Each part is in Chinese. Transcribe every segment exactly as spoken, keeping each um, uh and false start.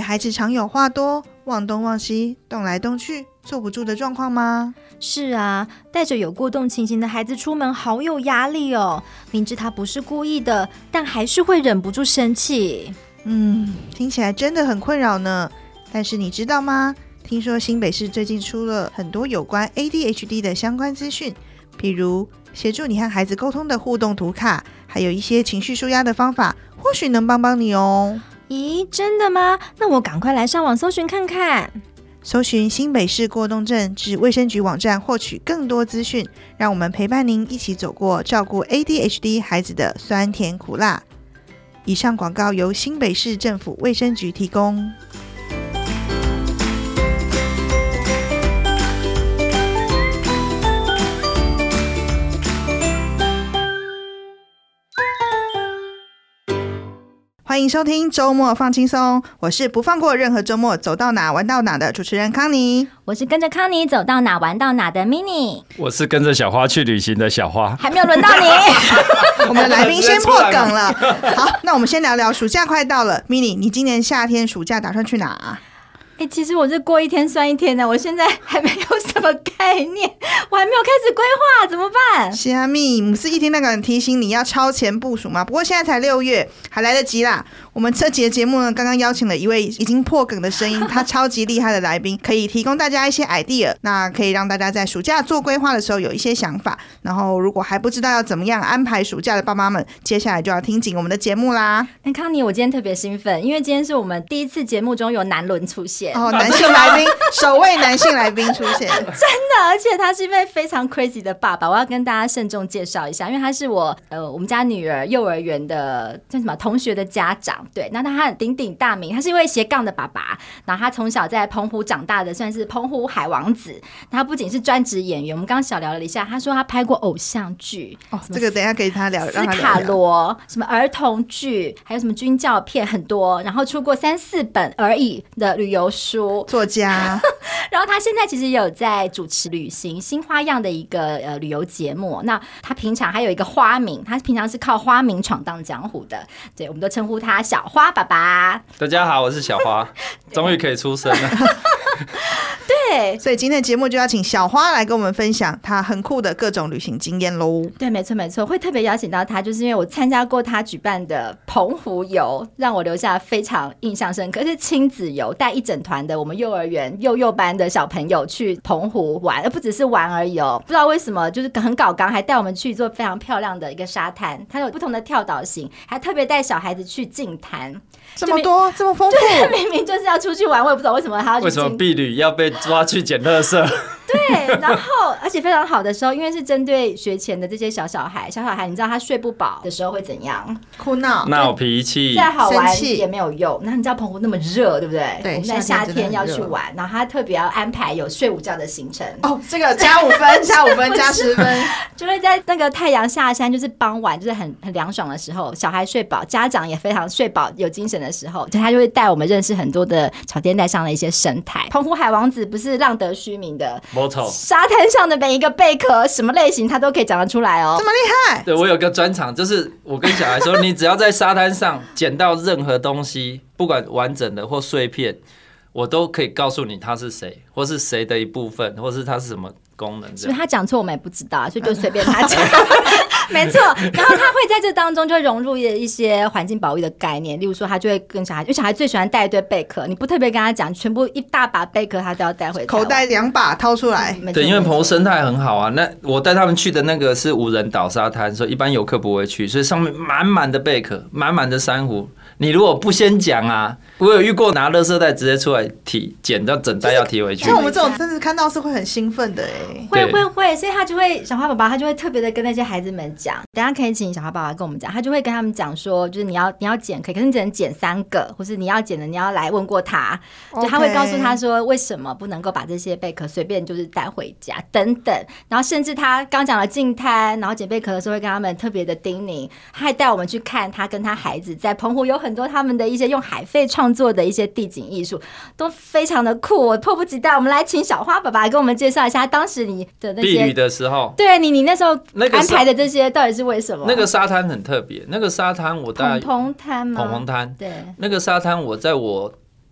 孩子常有话多，忘东忘西，动来动去，坐不住的状况吗？ 是啊，带着有过动情形的孩子出门好有压力哦。明知他不是故意的，但还是会忍不住生气。 嗯，听起来真的很困扰呢。但是你知道吗？听说新北市最近出了很多有关 A D H D 的相关资讯，比如协助你和孩子沟通的互动图卡，还有一些情绪抒压的方法，或许能帮帮你哦。 咦，真的吗？那我赶快来上网搜寻看看。 搜寻新北市过动症至卫生局网站获取更多资讯，让我们陪伴您一起走过照顾 A D H D 孩子的酸甜苦辣。以上广告由新北市政府卫生局提供。欢迎收听周末放轻松，我是不放过任何周末，走到哪玩到哪的主持人康妮。 我是跟着康妮走到哪玩到哪的 mini。 我是跟着小花去旅行的小花。 还没有轮到你。 我们的来宾先破梗了。好，那我们先聊聊暑假快到了 mini， 你今年夏天暑假打算去哪啊？ 欸、其实我是过一天算一天的，我现在还没有什么概念，我还没有开始规划，怎么办？ 虾米，不是一天那个人提醒你要超前部署吗？不过现在才六月，还来得及啦。我们这节节目呢，刚刚邀请了一位已经破梗的声音，他超级厉害的来宾，可以提供大家一些 idea， 那可以让大家在暑假做规划的时候有一些想法。然后，如果还不知道要怎么样安排暑假的爸妈们，接下来就要听紧我们的节目啦。 那康妮，我今天特别兴奋，因为今天是我们第一次节目中有男轮出现。 哦，男性来宾，首位男性来宾出现，真的，而且他是一位非常 crazy 的爸爸，我要跟大家慎重介绍一下，因为他是我呃我们家女儿幼儿园的叫什么同学的家长，对，那他很鼎鼎大名，他是一位斜杠的爸爸，然后他从小在澎湖长大的，算是澎湖海王子。他不仅是专职演员，我们刚刚小聊了一下，他说他拍过偶像剧， 哦，这个等一下给他聊， 斯卡罗，什么儿童剧，还有什么军教片很多，然后出过三四本而已的旅游书。 作家然后他现在其实也有在主持旅行新花样的一个呃旅游节目。那他平常还有一个花名，他平常是靠花名闯荡江湖的。对，我们都称呼他小花爸爸。 大家好，我是小花，终于可以出声了。 对， 所以今天的节目就要请小花来跟我们分享她很酷的各种旅行经验喽。 对，没错没错，会特别邀请到他，就是因为我参加过他举办的澎湖游，让我留下非常印象深刻，是亲子游，带一整团的我们幼儿园幼幼班的小朋友去澎湖玩，而不只是玩而已哦。不知道为什么，就是很搞刚，还带我们去做非常漂亮的一个沙滩，它有不同的跳岛型，还特别带小孩子去净滩。 这么多，这么丰富， 明明就是要出去玩，我也不知道为什么他要去。 为什么婢女要被抓去捡垃圾？ 对，然后而且非常好的时候，因为是针对学前的这些小小孩，小小孩你知道他睡不饱的时候会怎样？ 哭闹、 闹脾气， 再好玩也没有用。那你知道澎湖那么热，对不对？ 对， 我们在夏天要去玩，然后他特别要安排有睡午觉的行程。 哦，这个加五分，加五分，加十分， 就会在那个太阳下山，就是傍晚，就是很很凉爽的时候，小孩睡饱，家长也非常睡饱有精神的时候，他就会带我们认识很多的草甸带上的一些生态。澎湖海王子不是浪得虚名的。沙滩上的每一个贝壳，什么类型他都可以讲得出来哦， 这么厉害！ 对，我有个专长，就是我跟小孩说，你只要在沙滩上捡到任何东西，不管完整的或碎片，我都可以告诉你他是谁，或是谁的一部分，或是他是什么功能。 所以他讲错我们也不知道，所以就随便他讲。没错，然后他会在这当中就会融入一些环境保育的概念，例如说他就会跟小孩，因为小孩最喜欢带一堆贝壳，你不特别跟他讲，全部一大把贝壳他都要带回家， 口袋两把掏出来。 对，因为澎湖生态很好啊，那我带他们去的那个是无人岛沙滩，所以一般游客不会去，所以上面满满的贝壳，满满的珊瑚。你如果不先讲啊，我有遇过拿垃圾袋直接出来提，捡到整袋要提回去。 像我们这种真的看到是会很兴奋的哎， 会会会，所以他就会小花爸爸他就会特别的跟那些孩子们讲，等一下可以请小花爸爸跟我们讲，他就会跟他们讲说，就是你要你要捡可以，可是你只能捡三个，或是你要捡的你要来问过他，就他会告诉他说为什么不能够把这些贝壳随便就是带回家等等，然后甚至他刚讲了净滩，然后捡贝壳的时候会跟他们特别的叮咛，他还带我们去看他跟他孩子在澎湖有很多他们的一些用海废创作的一些地景艺术，都非常的酷，我迫不及待。我们来请小花爸爸跟我们介绍一下当时你的那些避雨的时候， 对你你那时候安排的这些到底是为什么？ 那个沙滩很特别，那个沙滩我大概澎澎滩吗？ 澎澎滩， 对， 那个沙滩我在我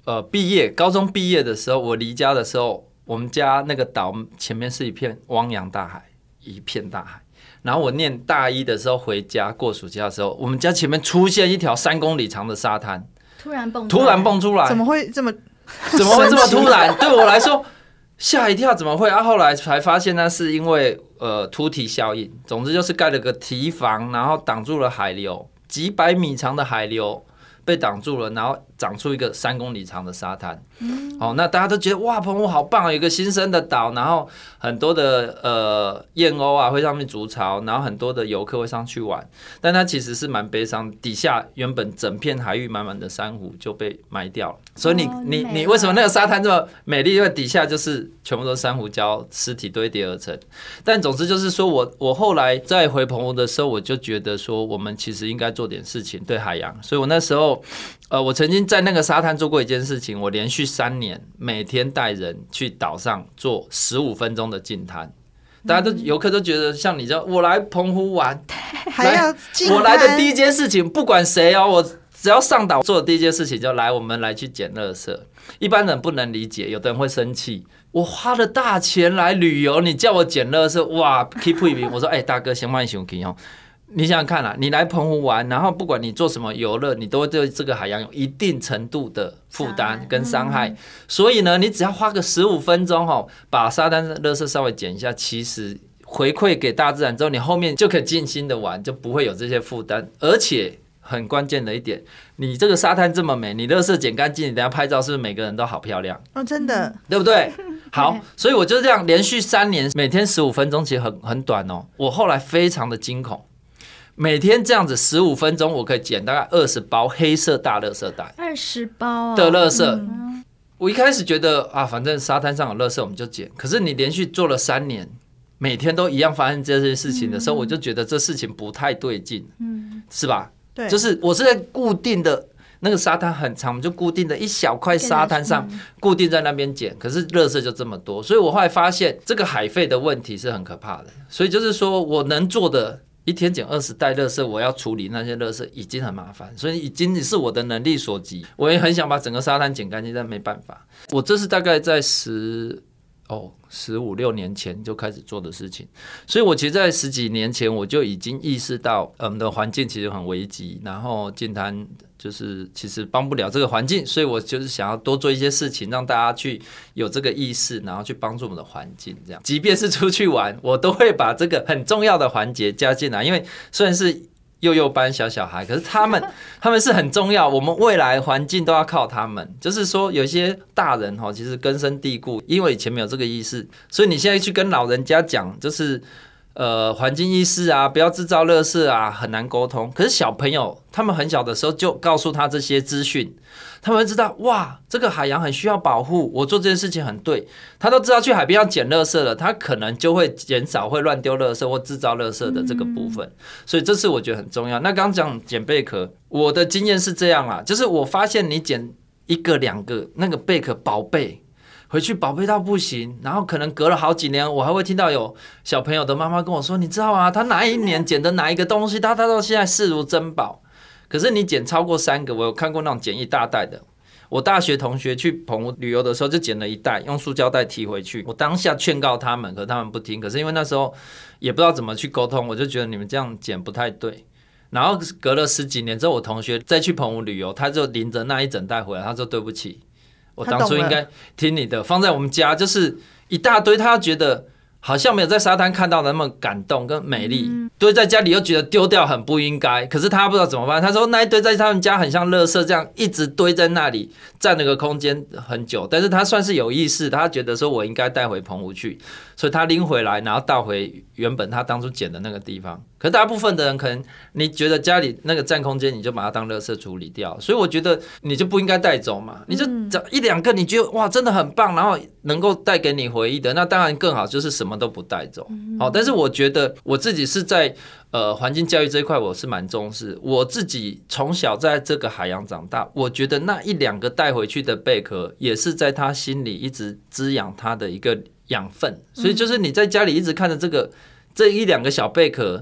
呃毕业，高中毕业的时候，我离家的时候，我们家那个岛前面是一片汪洋大海，一片大海。然后我念大一的时候回家过暑假的时候，我们家前面出现一条三公里长的沙滩， 突然蹦突然蹦出来， 怎么会这么怎么会这么突然？对我来说吓一跳，怎么会啊？后来才发现那是因为呃凸堤效应，总之就是盖了个堤防，然后挡住了海流，几百米长的海流被挡住了，然后长出一个三公里长的沙滩。嗯，哦，那大家都觉得哇，澎湖好棒，有一个新生的岛，然后很多的呃燕鸥啊会上面筑巢，然后很多的游客会上去玩。但它其实是蛮悲伤，底下原本整片海域满满的珊瑚就被埋掉了。所以你、哦、你你为什么那个沙滩这么美丽？因为底下就是全部都是珊瑚礁，尸体堆叠而成。但总之就是说我我后来在回澎湖的时候，我就觉得说我们其实应该做点事情对海洋。所以我那时候呃，我曾经在那个沙滩做过一件事情，我连续三年每天带人去岛上做十五分钟的净滩。大家都游客都觉得像你这样，我来澎湖玩， 还要净滩。 我来的第一件事情，不管谁哦，我只要上岛做的第一件事情就来，我们来去捡垃圾。一般人不能理解，有的人会生气。我花了大钱来旅游，你叫我捡垃圾，哇 ，keep 一瓶。我说，哎、欸，大哥，先慢想听哦。你想想看啦、啊，你来澎湖玩，然后不管你做什么游乐，你都会对这个海洋有一定程度的负担跟伤害。嗯、所以呢，你只要花个十五分钟哦，把沙滩垃圾稍微捡一下，其实回馈给大自然之后，你后面就可以尽心的玩，就不会有这些负担。而且很关键的一点，你这个沙滩这么美，你垃圾捡干净，你等下拍照是不是每个人都好漂亮？ 哦，真的， 对不对？好，所以我就这样连续三年，每天十五分钟，其实很很短哦。我后来非常的惊恐。每天这样子十五分钟，我可以捡大概二十包黑色大垃圾袋， 二十包的垃圾。嗯、我一开始觉得啊，反正沙滩上有垃圾我们就捡。可是你连续做了三年，每天都一样发生这些事情的时候，嗯、我就觉得这事情不太对劲，嗯、是吧？对，就是我是在固定的那个沙滩很长，我们就固定的一小块沙滩上固定在那边捡，可是垃圾就这么多，所以我后来发现这个海废的问题是很可怕的。所以就是说我能做的。一天捡二十袋垃圾，我要处理那些垃圾已经很麻烦，所以已经是我的能力所及。我也很想把整个沙滩捡干净，但没办法。我这是大概在十哦十五六年前就开始做的事情，所以我其实，在十几年前我就已经意识到，我们的环境其实很危急，然后净滩就是其实帮不了这个环境，所以我就是想要多做一些事情，让大家去有这个意识，然后去帮助我们的环境。这样，即便是出去玩，我都会把这个很重要的环节加进来，因为虽然是幼幼班小小孩，可是他们他们是很重要，我们未来环境都要靠他们。就是说，有些大人哈，其实根深蒂固，因为以前没有这个意识，所以你现在去跟老人家讲，就是呃环境意识啊，不要制造垃圾啊，很难沟通。可是小朋友他们很小的时候就告诉他这些资讯，他们会知道哇，这个海洋很需要保护，我做这件事情很对。他都知道去海边要捡垃圾了，他可能就会减少会乱丢垃圾或制造垃圾的这个部分。所以这是我觉得很重要。那刚刚讲捡贝壳，我的经验是这样啦，就是我发现你捡一个两个那个贝壳宝贝，回去宝贝到不行，然后可能隔了好几年，我还会听到有小朋友的妈妈跟我说，你知道吗？他哪一年捡的哪一个东西，他他到现在视如珍宝。可是你捡超过三个，我有看过那种捡一大袋的。我大学同学去澎湖旅游的时候，就捡了一袋，用塑胶袋提回去。我当下劝告他们，可是他们不听。可是因为那时候也不知道怎么去沟通，我就觉得你们这样捡不太对。然后隔了十几年之后，我同学再去澎湖旅游，他就拎着那一整袋回来，他说对不起，我当初应该听你的，放在我们家就是一大堆，他觉得好像没有在沙滩看到的那么感动跟美丽，嗯、堆在家里又觉得丢掉很不应该，可是他不知道怎么办。他说那一堆在他们家很像垃圾，这样一直堆在那里，占了个空间很久。但是他算是有意识，他觉得说我应该带回澎湖去，所以他拎回来，然后倒回原本他当初捡的那个地方。可是大部分的人可能你觉得家里那个占空间，你就把它当垃圾处理掉，所以我觉得你就不应该带走嘛，你就找一两个你觉得哇真的很棒，然后能够带给你回忆的，那当然更好，就是什么都不带走。好，但是我觉得我自己是在呃环境教育这一块，我是蛮重视。我自己从小在这个海洋长大，我觉得那一两个带回去的贝壳，也是在他心里一直滋养他的一个养分。所以就是你在家里一直看着这个这一两个小贝壳。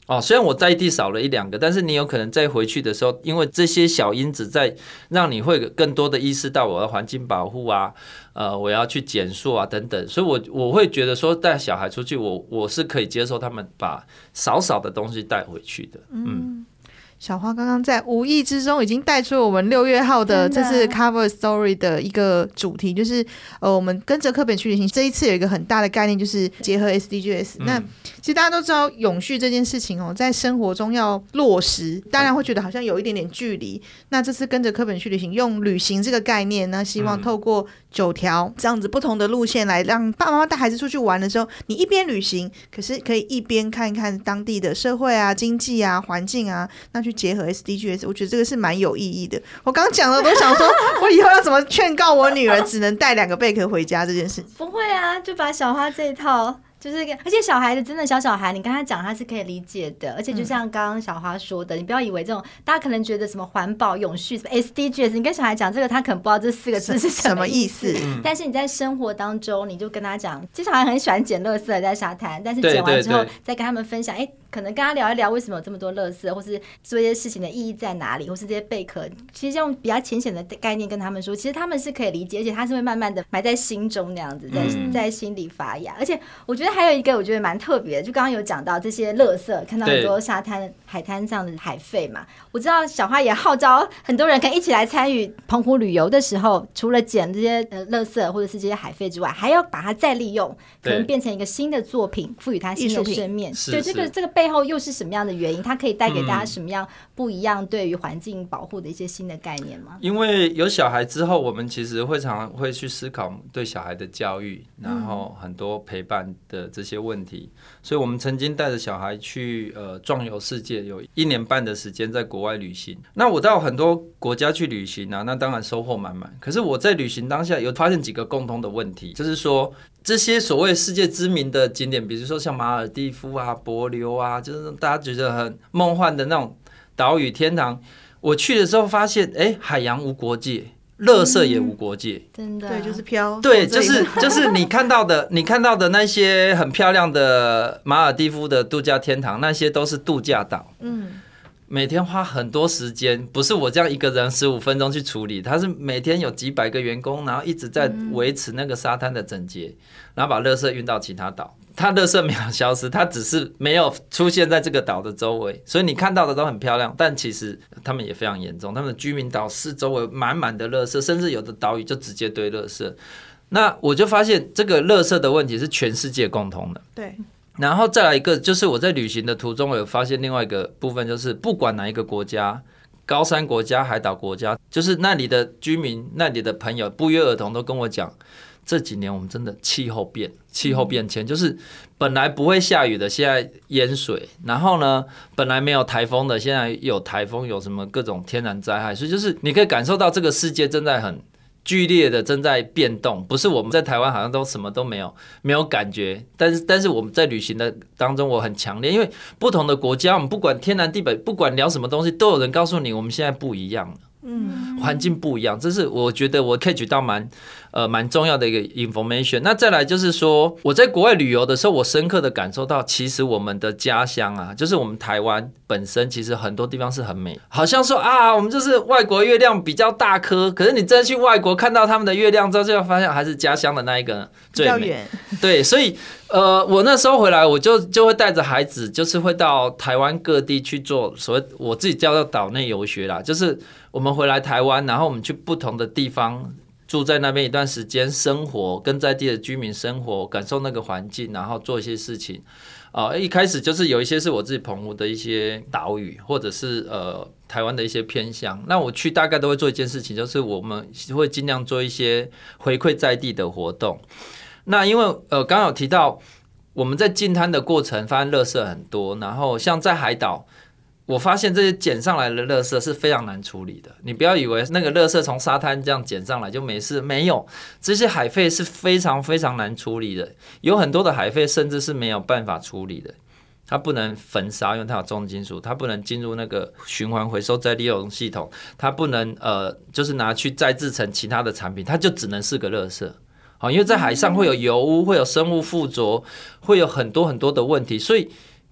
哦，虽然我在地少了一两个，但是你有可能再回去的时候，因为这些小因子在让你会更多的意识到我的环境保护啊，呃，我要去减塑啊等等，所以我我会觉得说带小孩出去，我我是可以接受他们把少少的东西带回去的，嗯。嗯， 小花刚刚在无意之中已经带出我们六月号的这次 cover story 的一个主题，就是呃，我们跟着课本去旅行。这一次有一个很大的概念，就是结合 S D Gs、嗯。那其实大家都知道永续这件事情哦，在生活中要落实，当然会觉得好像有一点点距离。那这次跟着课本去旅行，用旅行这个概念呢，希望透过九条这样子不同的路线，来让爸爸妈妈带孩子出去玩的时候，你一边旅行，可是可以一边看一看当地的社会啊、经济啊、环境啊，那去结合 S D Gs， 我觉得这个是蛮有意义的。我刚刚讲了，我都想说，我以后要怎么劝告我女儿只能带两个贝壳回家这件事。 不会啊，就把小花这一套。就是，而且小孩子真的小小孩，你跟他讲他是可以理解的。而且就像刚刚小花说的，你不要以为这种大家可能觉得什么环保、永续、什么 S D Gs， 你跟小孩讲这个，他可能不知道这四个字是什么意思。但是你在生活当中，你就跟他讲，其实小孩很喜欢捡垃圾在沙滩，但是捡完之后再跟他们分享，哎，可能跟他聊一聊为什么有这么多垃圾，或是做一些事情的意义在哪里，或是这些贝壳，其实用比较浅显的概念跟他们说，其实他们是可以理解，而且他是会慢慢的埋在心中那样子，在在心里发芽。而且我觉得还有一个，我觉得蛮特别的，就刚刚有讲到这些垃圾，看到很多沙滩、海滩上的海废嘛。我知道小花也号召很多人可以一起来参与澎湖旅游的时候，除了捡这些呃垃圾或者是这些海废之外，还要把它再利用，可能变成一个新的作品，赋予它新的生命。对，这个这个背后又是什么样的原因？它可以带给大家什么样不一样对于环境保护的一些新的概念吗？ 因为有小孩之后，我们其实会常常会去思考对小孩的教育，然后很多陪伴的这些问题。所以我们曾经带着小孩去呃壮游世界，有一年半的时间在国外旅行。那我到很多国家去旅行啊，那当然收获满满。可是我在旅行当下有发现几个共通的问题，就是说这些所谓世界知名的景点，比如说像马尔地夫啊、帛琉啊，就是大家觉得很梦幻的那种岛屿天堂，我去的时候发现，哎，海洋无国界。垃圾也无国界， 真的， 对，就是飘， 对，就是就是你看到的，你看到的那些很漂亮的马尔地夫的度假天堂，那些都是度假岛，嗯，每天花很多时间，不是我这样一个人十五分钟去处理，他是每天有几百个员工，然后一直在维持那个沙滩的整洁，然后把垃圾运到其他岛。它垃圾没有消失，它只是没有出现在这个岛的周围，所以你看到的都很漂亮，但其实他们也非常严重。他们的居民岛四周围满满的垃圾，甚至有的岛屿就直接堆垃圾。那我就发现这个垃圾的问题是全世界共同的。 对。 然后再来一个，就是我在旅行的途中，我有发现另外一个部分，就是不管哪一个国家，高山国家、海岛国家，就是那里的居民、那里的朋友，不约而同都跟我讲。这几年我们真的气候变，气候变迁，就是本来不会下雨的，现在淹水；然后呢，本来没有台风的，现在有台风，有什么各种天然灾害，所以就是你可以感受到这个世界正在很剧烈的正在变动，不是我们在台湾好像都什么都没有没有感觉，但是但是我们在旅行的当中我很强烈，因为不同的国家，我们不管天南地北，不管聊什么东西，都有人告诉你我们现在不一样了。嗯，环境不一样，这是我觉得我可以举到蛮呃蛮重要的一个 information。那再来就是说，我在国外旅游的时候，我深刻的感受到，其实我们的家乡啊，就是我们台湾本身，其实很多地方是很美。好像说啊，我们就是外国月亮比较大颗，可是你真的去外国看到他们的月亮之后，就会发现还是家乡的那一个最美。比较远。对，所以呃，我那时候回来，我就就会带着孩子，就是会到台湾各地去做所谓我自己叫做岛内游学啦，就是我们回来台湾，然后我们去不同的地方住在那边一段时间，生活跟在地的居民生活，感受那个环境，然后做一些事情。呃，一开始就是有一些是我自己澎湖的一些岛屿，或者是呃台湾的一些偏乡。那我去大概都会做一件事情，就是我们会尽量做一些回馈在地的活动。那因为呃刚刚有提到我们在进滩的过程发现垃圾很多，然后像在海岛。我发现这些捡上来的垃圾是非常难处理的。你不要以为那个垃圾从沙滩这样捡上来就没事，没有，这些海废是非常非常难处理的。有很多的海废甚至是没有办法处理的，它不能焚烧，因为它有重金属，它不能进入那个循环回收再利用系统，它不能呃就是拿去再制成其他的产品，它就只能是个垃圾。好，因为在海上会有油污，会有生物附着，会有很多很多的问题，所以。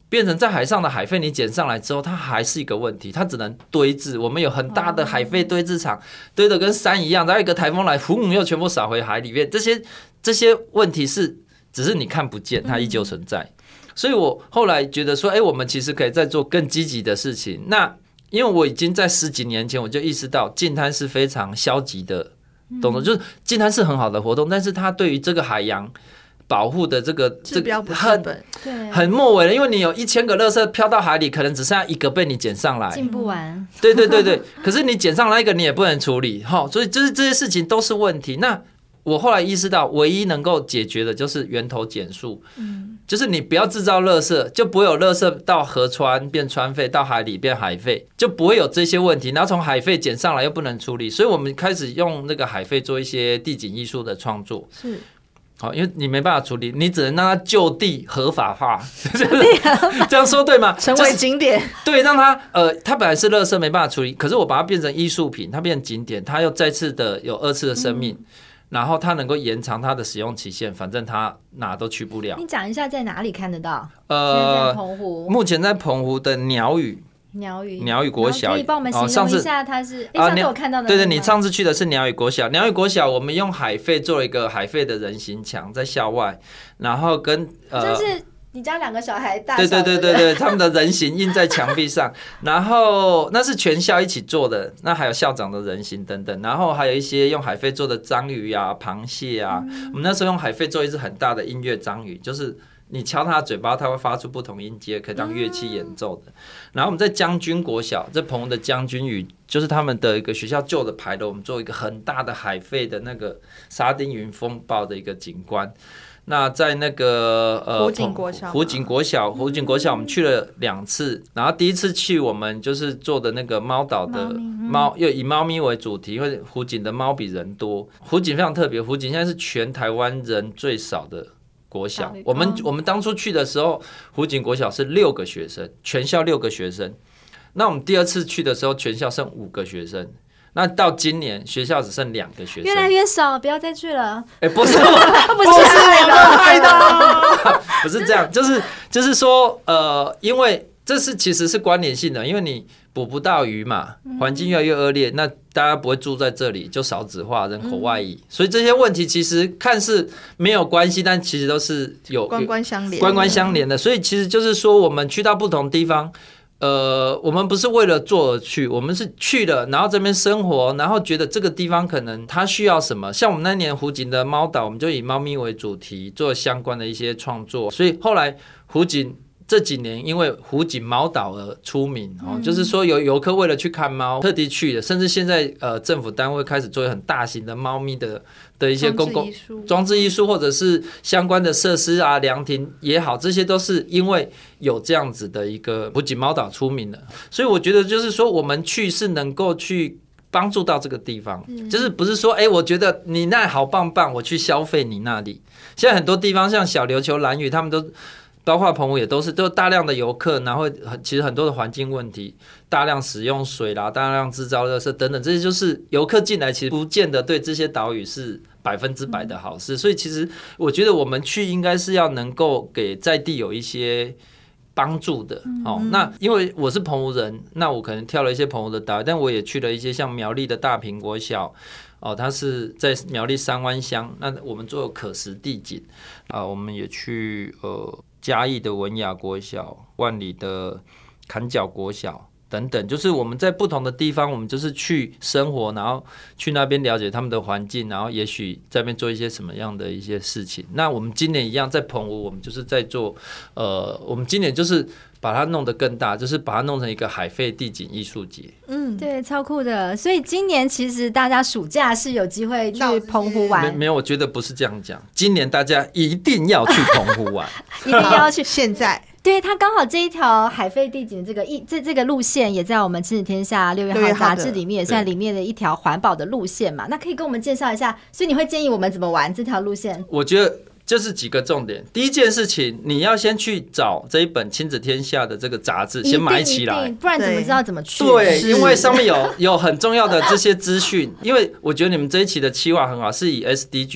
变成在海上的海废你捡上来之后，它还是一个问题，它只能堆置。我们有很大的海废堆置场，堆得跟山一样，然后一个台风来，轰又全部撒回海里面。这些这些问题是只是你看不见，它依旧存在。嗯、所以我后来觉得说，哎、欸，我们其实可以再做更积极的事情。那因为我已经在十几年前我就意识到净滩是非常消极的动作，嗯、就是净滩是很好的活动，但是它对于这个海洋保护的这个这个很很末尾了，因为你有一千个垃圾飘到海里，可能只剩下一个被你捡上来， 进不完。 对对对对，可是你捡上来一个，你也不能处理，哈，所以就是这些事情都是问题。那我后来意识到，唯一能够解决的就是源头减塑，嗯，就是你不要制造垃圾，就不会有垃圾到河川变川废，到海里变海废，就不会有这些问题。然后从海废捡上来又不能处理，所以我们开始用那个海废做一些地景艺术的创作。是。好，因为你没办法处理，你只能让它就地合法化，这样说对吗？ 成为景点， 就是、对，让它呃，它本来是垃圾没办法处理，可是我把它变成艺术品，它变成景点，它又再次的有二次的生命，嗯、然后它能够延长它的使用期限，反正它哪都去不了。 你讲一下在哪里看得到？ 呃， 在澎湖， 目前在澎湖的鸟语。 鸟语鸟语国小， 可以帮我们形容一下它是？哎、哦，上次我看到的。 对对，你上次去的是鸟语国小。鸟语国小，我们用海废做了一个海废的人行墙在校外，然后跟呃，就是你家两个小孩大小的。 对对对对对，他们的人形印在墙壁上，然后那是全校一起做的，那还有校长的人形等等，然后还有一些用海废做的章鱼啊、螃蟹啊。嗯、我们那时候用海废做一只很大的音乐章鱼，就是。你敲它的嘴巴，它会发出不同音阶，可以当乐器演奏的。然后我们在将军国小，在澎湖的将军屿，就是他们的一个学校旧的牌楼，我们做一个很大的海废的那个沙丁鱼风暴的一个景观。那在那个呃湖景国小， 湖景国小，湖景国小我们去了两次，然后第一次去我们就是做的那个猫岛的猫，又以猫咪为主题，因为湖景的猫比人多。湖景非常特别，湖景现在是全台湾人最少的。国小，我们我们当初去的时候，湖景国小是六个学生，全校六个学生。那我们第二次去的时候，全校剩五个学生。那到今年，学校只剩两个学生， 越来越少，不要再去了。 哎、欸，不是，不是我们害的，不是这样，就是就是说，呃，因为这是其实是关联性的，因为你捕不到鱼嘛，环境越来越恶劣，那大家不会住在这里，就少子化、人口外移，嗯、所以这些问题其实看似没有关系，但其实都是有关关相连、 关关相连的。所以其实就是说，我们去到不同地方，呃，我们不是为了做而去，我们是去了，然后这边生活，然后觉得这个地方可能它需要什么。像我们那年湖景的猫岛，我们就以猫咪为主题做相关的一些创作，所以后来湖景。这几年因为湖景猫岛而出名，哦嗯、就是说有游客为了去看猫特地去的，甚至现在呃政府单位开始做很大型的猫咪的的一些公共装置艺术，或者是相关的设施啊、凉亭也好，这些都是因为有这样子的一个湖景猫岛出名的，所以我觉得就是说我们去是能够去帮助到这个地方，嗯、就是不是说哎、欸，我觉得你那好棒棒，我去消费你那里。现在很多地方像小琉球、兰屿，他们都。包括澎湖也都是，都大量的游客，然后其实很多的环境问题，大量使用水啦，大量制造垃圾等等，这些就是游客进来，其实不见得对这些岛屿是百分之百的好事。所以其实我觉得我们去应该是要能够给在地有一些帮助的。哦，那因为我是澎湖人，那我可能跳了一些澎湖的岛，但我也去了一些像苗栗的大坪国小。哦，它是在苗栗三湾乡，那我们做可实地景啊，我们也去呃嘉义的文雅国小、万里的坎角国小等等，就是我们在不同的地方，我们就是去生活，然后去那边了解他们的环境，然后也许在那边做一些什么样的一些事情。那我们今年一样在澎湖，我们就是在做呃，我们今年就是把它弄得更大，就是把它弄成一个海废地景艺术节。 嗯，对，超酷的。所以今年其实大家暑假是有机会去澎湖玩。 没, 没有，我觉得不是这样讲。今年大家一定要去澎湖玩， 一定要去。 现在。 对，它刚好这一条海废地景这个一这这个路线也在我们亲子天下六月号杂志里面，也算里面的一条环保的路线嘛。那可以跟我们介绍一下，所以你会建议我们怎么玩这条路线？ 我觉得就是几个重点。第一件事情，你要先去找这一本亲子天下的这个杂志，先买起来， 不然怎么知道怎么去？ 对，因为上面有有很重要的这些资讯。因为我觉得你们这一期的企划很好，是以 S D G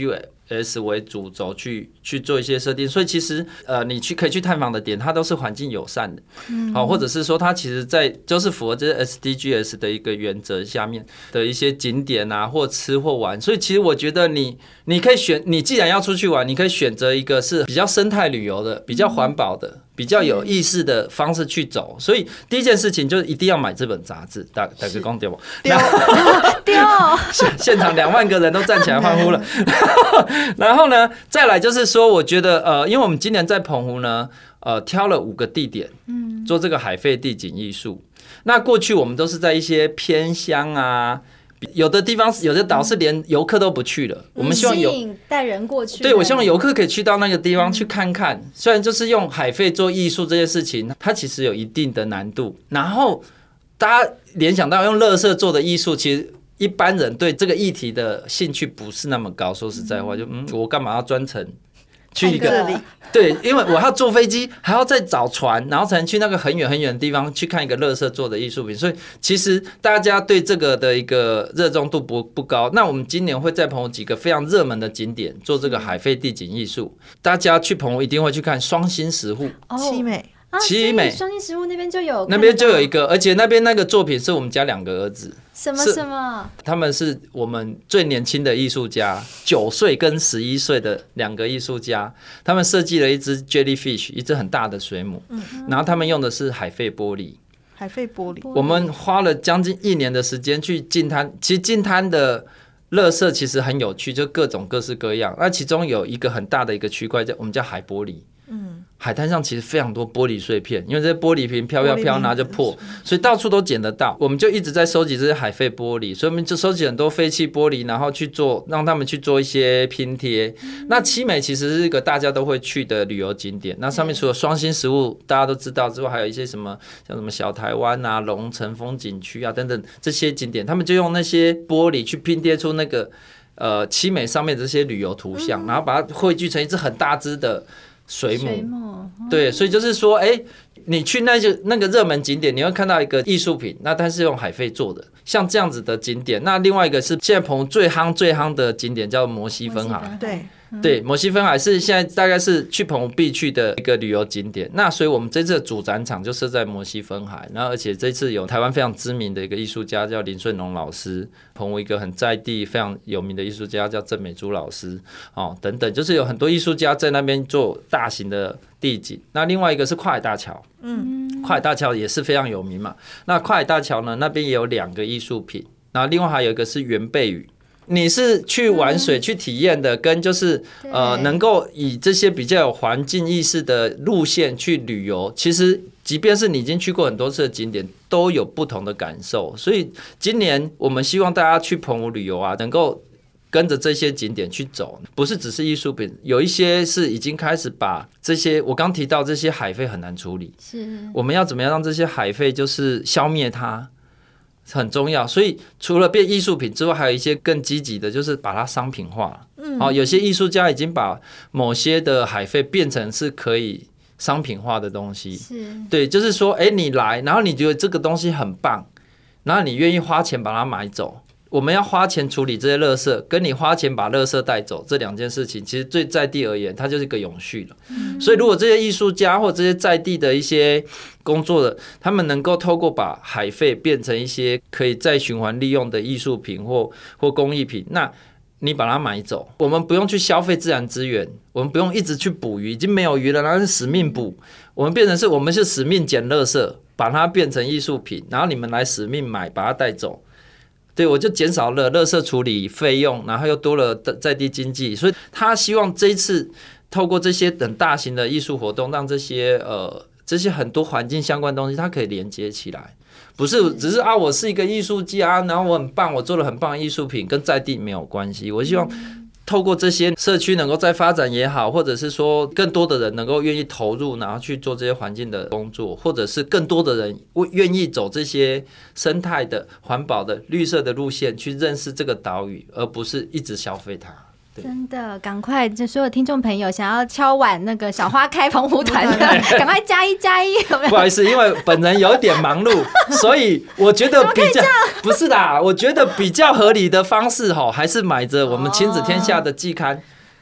S 为主轴去去做一些设定，所以其实呃，你去可以去探访的点，它都是环境友善的，好、嗯，或者是说它其实在就是符合这些 S D Gs 的一个原则下面的一些景点啊，或吃或玩，所以其实我觉得你你可以选，你既然要出去玩，你可以选择一个是比较生态旅游的、比较环保的、比较有意识的方式去走。所以第一件事情就是一定要买这本杂志，大大哥讲对不？ 丢丢， 现场两万个人都站起来欢呼了。然后呢，再来就是说，我觉得呃，因为我们今年在澎湖呢，呃，挑了五个地点，做这个海废地景艺术。那过去我们都是在一些偏乡啊。有的地方有的岛是连游客都不去了，我们希望有带人过去。 对，我希望游客可以去到那个地方去看看。虽然就是用海废做艺术这件事情，它其实有一定的难度。然后大家联想到用垃圾做的艺术，其实一般人对这个议题的兴趣不是那么高。说实在话，就嗯，我干嘛要专程去一个？对，因为我要坐飞机，还要再找船，然后才能去那个很远很远的地方去看一个垃圾做的艺术品。所以其实大家对这个的一个热衷度不不高。那我们今年会在澎湖几个非常热门的景点做这个海废地景艺术，大家去澎湖一定会去看双星石户、 七美。 七美双星石户那边就有， 那边就有一个，而且那边那个作品是我们家两个儿子。 什么什么？ 他们是我们最年轻的艺术家，九岁跟十一岁的两个艺术家，他们设计了一只 jellyfish， 一只很大的水母，嗯、然后他们用的是海废玻璃。 海废玻璃， 我们花了将近一年的时间去净滩，其实净滩的垃圾其实很有趣，就各种各式各样。那其中有一个很大的一个区块叫我们叫海玻璃。嗯，海滩上其实非常多玻璃碎片，因为这些玻璃瓶飘飘飘拿就破，所以到处都捡得到。我们就一直在收集这些海废玻璃，所以我们就收集很多废弃玻璃，然后去做，让他们去做一些拼贴。嗯、那七美其实是一个大家都会去的旅游景点，那上面除了双星石户大家都知道之外，还有一些什么像什么小台湾啊、龙城风景区啊等等这些景点，他们就用那些玻璃去拼贴出那个呃七美上面的这些旅游图像，嗯、然后把它汇聚成一只很大只的水母，水母对，所以就是说，哎、欸，你去那些那个热门景点，你会看到一个艺术品，那它是用海废做的，像这样子的景点。那另外一个是现在澎湖最夯最夯的景点叫摩西分海， 对。 对，摩西分海是现在大概是去澎湖必去的一个旅游景点。那所以我们这次的主展场就设在摩西分海，然后而且这次有台湾非常知名的一个艺术家叫林顺龙老师，澎湖一个很在地非常有名的艺术家叫郑美珠老师，哦，等等，就是有很多艺术家在那边做大型的地景。那另外一个是跨海大桥，嗯，跨海大桥也是非常有名嘛。那跨海大桥呢，那边也有两个艺术品，然后另外还有一个是原贝屿。你是去玩水、嗯、去体验的，跟就是呃能够以这些比较有环境意识的路线去旅游，其实即便是你已经去过很多次的景点，都有不同的感受。所以今年我们希望大家去澎湖旅游啊，能够跟着这些景点去走，不是只是艺术品，有一些是已经开始把这些我刚提到这些海废很难处理，是我们要怎么样让这些海废就是消灭它？很重要，所以除了变艺术品之外，还有一些更积极的，就是把它商品化。嗯，好，有些艺术家已经把某些的海废变成是可以商品化的东西。是，对，就是说，哎，你来，然后你觉得这个东西很棒，然后你愿意花钱把它买走。我们要花钱处理这些垃圾，跟你花钱把垃圾带走这两件事情，其实对在地而言，它就是一个永续了。嗯、所以，如果这些艺术家或这些在地的一些工作的，他们能够透过把海废变成一些可以再循环利用的艺术品或或工艺品，那你把它买走，我们不用去消费自然资源，我们不用一直去捕鱼，已经没有鱼了，然后是使命捕，我们变成是我们是使命捡垃圾，把它变成艺术品，然后你们来使命买，把它带走。对，我就减少了垃圾处理费用，然后又多了在地经济，所以他希望这一次透过这些很大型的艺术活动，让这些呃这些很多环境相关的东西，它可以连接起来，不是只是啊，我是一个艺术家，然后我很棒，我做了很棒的艺术品，跟在地没有关系。我希望透过这些社区能够再发展也好，或者是说更多的人能够愿意投入，然后去做这些环境的工作，或者是更多的人愿意走这些生态的、环保的、绿色的路线，去认识这个岛屿，而不是一直消费它。 真的，赶快！就所有听众朋友想要敲碗那个小花开澎湖团的，赶快加一加一！有没有？ 不好意思，因为本人有点忙碌，所以我觉得比较不是啦，我觉得比较合理的方式哈，还是买着我们亲子天下的季刊。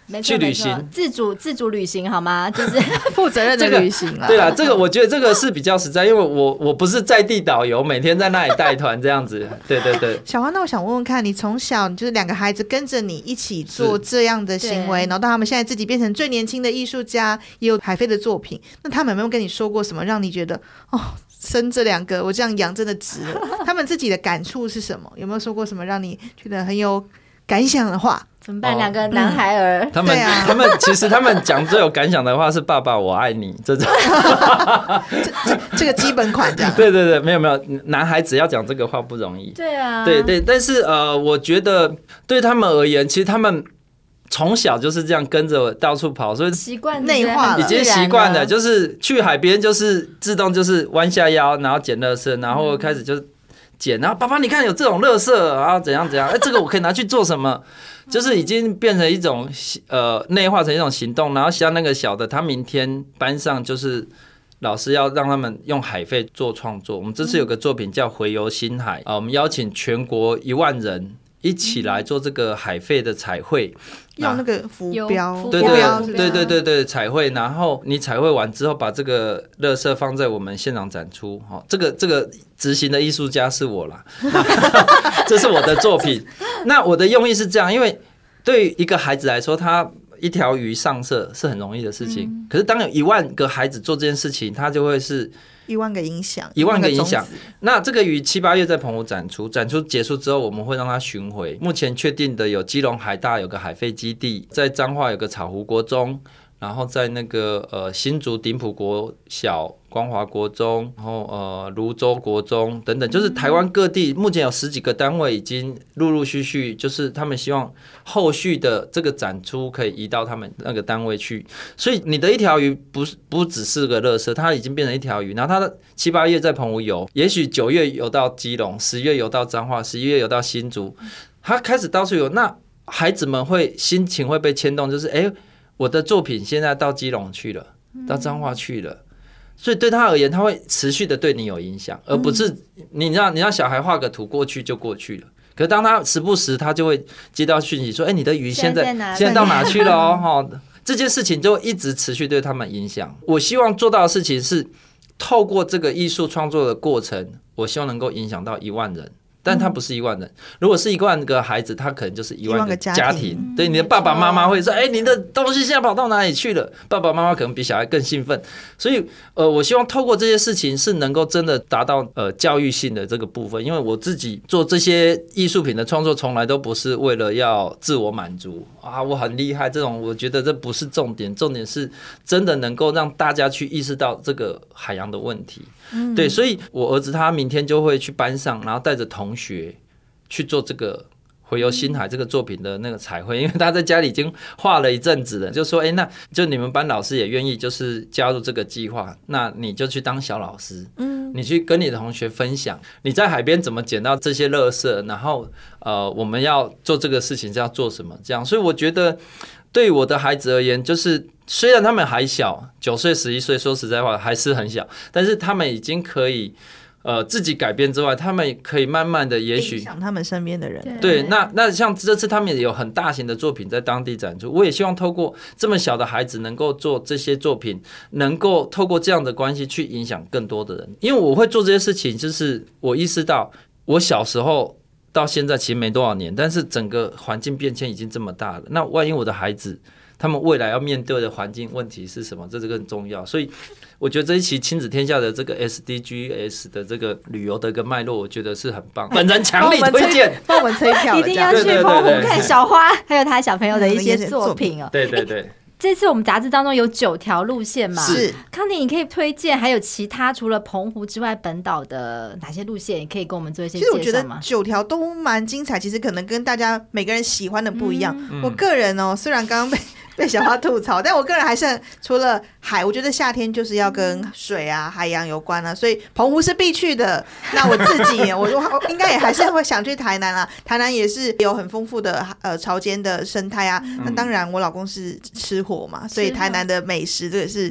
去旅行， 自主自主旅行好吗？就是负责任的旅行啦。 对啦，这个我觉得这个是比较实在，因为我我不是在地导游，每天在那里带团这样子。对对对。 小花，那我想问问看，你从小就是两个孩子跟着你一起做这样的行为，然后到他们现在自己变成最年轻的艺术家，也有海飞的作品，那他们有没有跟你说过什么让你觉得哦？生这两个我这样养真的值了？他们自己的感触是什么？有没有说过什么让你觉得很有感想的话？ 怎么办？两、哦、个男孩儿，嗯、 他们、啊、他们其实他们讲最有感想的话是“爸爸我爱你”这种， 这这这个基本款这样。 对对对，没有没有，男孩子要讲这个话不容易。 对啊， 对对，但是呃，我觉得对他们而言，其实他们从小就是这样跟着我到处跑，所以习惯内化了， 已经习惯了，就是去海边就是自动就是弯下腰，然后捡垃圾，然后开始就是捡，然后爸爸你看有这种垃圾，然后怎样怎样，哎，这个我可以拿去做什么？就是已经变成一种呃内化成一种行动，然后像那个小的，他明天班上就是老师要让他们用海废做创作。我们这次有个作品叫《回游星海》啊，我们邀请全国一万人一起来做这个海废的彩绘。 用那个浮标， 对对对对对对彩绘，然后你彩绘完之后，把这个垃圾放在我们现场展出。哦，这个这个执行的艺术家是我啦，这是我的作品。那我的用意是这样，因为对于一个孩子来说，他一条鱼上色是很容易的事情，嗯、可是当有一万个孩子做这件事情，他就会是。 一万个影响， 一万个影响。那这个鱼七八月在澎湖展出，展出结束之后，我们会让它巡回。目前确定的有基隆海大有个海废基地，在彰化有个草湖国中，然后在那个呃新竹顶埔国小、光华国中，然后呃泸州国中等等，就是台湾各地目前有十几个单位已经陆陆续续，就是他们希望后续的这个展出可以移到他们那个单位去。所以你的一条鱼不不只是个垃圾，它已经变成一条鱼。然后它的七八月在澎湖游，也许九月游到基隆，十月游到彰化，十一月游到新竹，它开始到处游。那孩子们会心情会被牵动，就是哎。欸我的作品现在到基隆去了，到彰化去了，所以对他而言，他会持续的对你有影响，而不是你让你让小孩画个图过去就过去了。可是当他时不时他就会接到讯息说：“哎、欸，你的鱼现在现在到哪去了哦？”这件事情就一直持续对他们影响。我希望做到的事情是，透过这个艺术创作的过程，我希望能够影响到一万人。但他不是一万人，如果是一万个孩子，他可能就是一万个家庭。家庭对，你的爸爸妈妈会说：“哎、欸，你的东西现在跑到哪里去了？”爸爸妈妈可能比小孩更兴奋。所以，呃，我希望透过这些事情是能够真的达到呃教育性的这个部分。因为我自己做这些艺术品的创作，从来都不是为了要自我满足啊，我很厉害这种，我觉得这不是重点，重点是真的能够让大家去意识到这个海洋的问题。嗯、对，所以我儿子他明天就会去班上，然后带着同学去做这个回游星海这个作品的那个彩绘，因为他在家里已经画了一阵子了，就说：“哎、欸，那就你们班老师也愿意就是加入这个计划，那你就去当小老师，嗯，你去跟你的同学分享你在海边怎么捡到这些垃圾，然后呃，我们要做这个事情是要做什么这样。”所以我觉得对于我的孩子而言，就是虽然他们还小，九岁、十一岁，说实在话还是很小，但是他们已经可以。呃，自己改变之外，他们可以慢慢的，也许影响他们身边的人。 对，那那像这次他们也有很大型的作品在当地展出，我也希望透过这么小的孩子能够做这些作品，能够透过这样的关系去影响更多的人。因为我会做这些事情，就是我意识到我小时候到现在其实没多少年，但是整个环境变迁已经这么大了。那万一我的孩子他们未来要面对的环境问题是什么？这是更重要。所以我觉得这一期亲子天下的这个 S D G S 的这个旅游的一个脉络，我觉得是很棒，本人强力推荐， 帮我们催票， 一定要去澎湖看小花还有他小朋友的一些作品哦。 对对对。 这次我们杂志当中有九条路线嘛？ 是康妮，你可以推荐还有其他除了澎湖之外本岛的哪些路线？你可以跟我们做一些介绍吗？ 其实我觉得九条都蛮精彩，其实可能跟大家每个人喜欢的不一样。嗯、我个人哦，虽然刚刚被被小花吐槽，但我个人还是除了海，我觉得夏天就是要跟水啊、海洋有关啊，所以澎湖是必去的。那我自己，我我应该也还是会想去台南啊，台南也是有很丰富的呃潮间的生态啊。那当然，我老公是吃货嘛，所以台南的美食这个是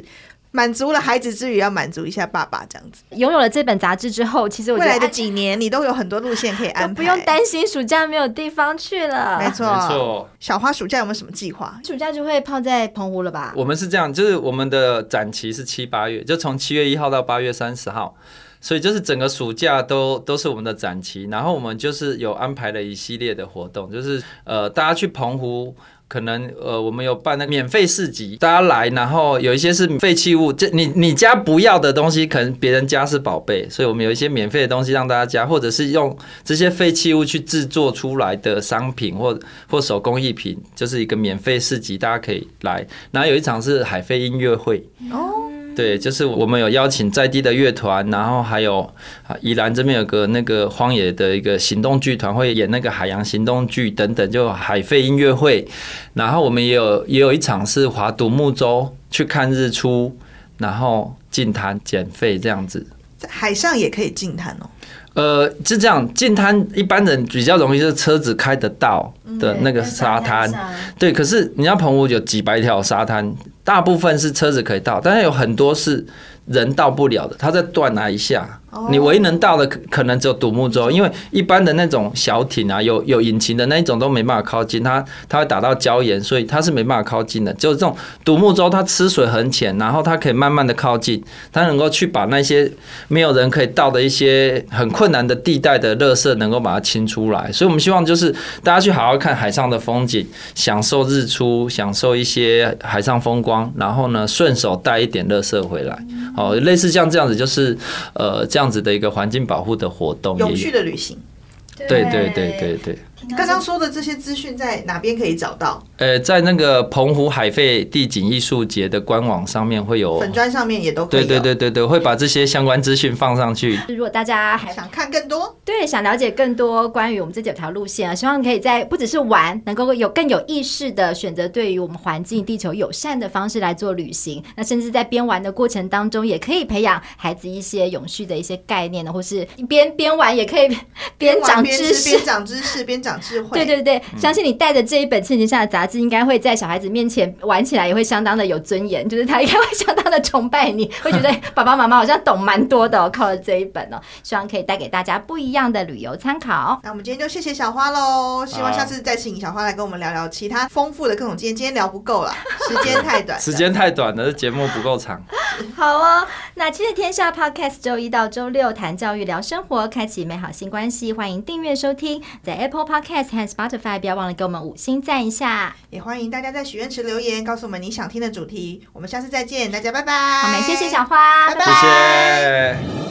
满足了孩子之余，要满足一下爸爸，这样子。 拥有了这本杂志之后，其实我觉得未来的几年你都有很多路线可以安排， 不用担心暑假没有地方去了。 没错， 没错。 小花暑假有没有什么计划？ 暑假就会泡在澎湖了吧？ 我们是这样，就是我们的展期是七八月，就从七月一号到八月三十号。所以就是整个暑假都都是我们的展期，然后我们就是有安排了一系列的活动，就是呃大家去澎湖。可能呃，我们有办那个免费市集，大家来，然后有一些是废弃物，这你你家不要的东西，可能别人家是宝贝，所以我们有一些免费的东西让大家加，或者是用这些废弃物去制作出来的商品或或手工艺品，就是一个免费市集，大家可以来。然后有一场是海飞音乐会哦。对，就是我们有邀请在地的乐团，然后还有宜兰这边有个那个荒野的一个行动剧团会演那个海洋行动剧等等，就海废音乐会。然后我们也有也有一场是划独木舟去看日出，然后净滩减废这样子。 海上也可以净滩哦。 呃，是这样，净滩一般人比较容易是车子开得到的那个沙滩，对。可是你要澎湖有几百条沙滩，大部分是车子可以到，但是有很多是人到不了的，它在断崖一下。你唯一能到的可能只有独木舟，因为一般的那种小艇啊，有有引擎的那一种都没办法靠近，它它会打到礁岩，所以它是没办法靠近的。只有这种独木舟，它吃水很浅，然后它可以慢慢的靠近，它能够去把那些没有人可以到的一些很困难的地带的垃圾能够把它清出来。所以我们希望就是大家去好好看海上的风景，享受日出，享受一些海上风光，然后呢顺手带一点垃圾回来。哦，类似像这样子，就是呃这样子的一个环境保护的活动， 有趣的旅行。 对对对对对。 刚刚说的这些资讯在哪边可以找到？ 呃，在那个澎湖海废地景艺术节的官网上面会有， 粉专上面也都可以。 对对对对对，会把这些相关资讯放上去。 如果大家还想看更多， 对，想了解更多关于我们这九条路线啊，希望可以在不只是玩，能够有更有意识的选择对于我们环境、地球友善的方式来做旅行。那甚至在边玩的过程当中，也可以培养孩子一些永续的一些概念呢，或是边边玩也可以边长知识、 边长知识、边长智慧。 对对对。相信你带着这一本《千年下的杂志》，应该会在小孩子面前玩起来也会相当的有尊严，就是他应该会相当的崇拜你，会觉得爸爸妈妈好像懂蛮多的哦，靠了这一本哦，希望可以带给大家不一样的旅游参考。 那我们今天就谢谢小花喽，希望下次再请小花来跟我们聊聊其他丰富的各种经验。今天聊不够了，时间太短， 时间太短了，节目不够长。 好哦，那亲子天下 Podcast 周一到周六谈教育、聊生活，开启美好新关系，欢迎订阅收听，在 Apple Podcast 和 Spotify。不要忘了给我们五星赞一下， 也欢迎大家在许愿池留言，告诉我们你想听的主题。我们下次再见，大家拜拜。 好，我们谢谢小花， 拜拜。 谢谢。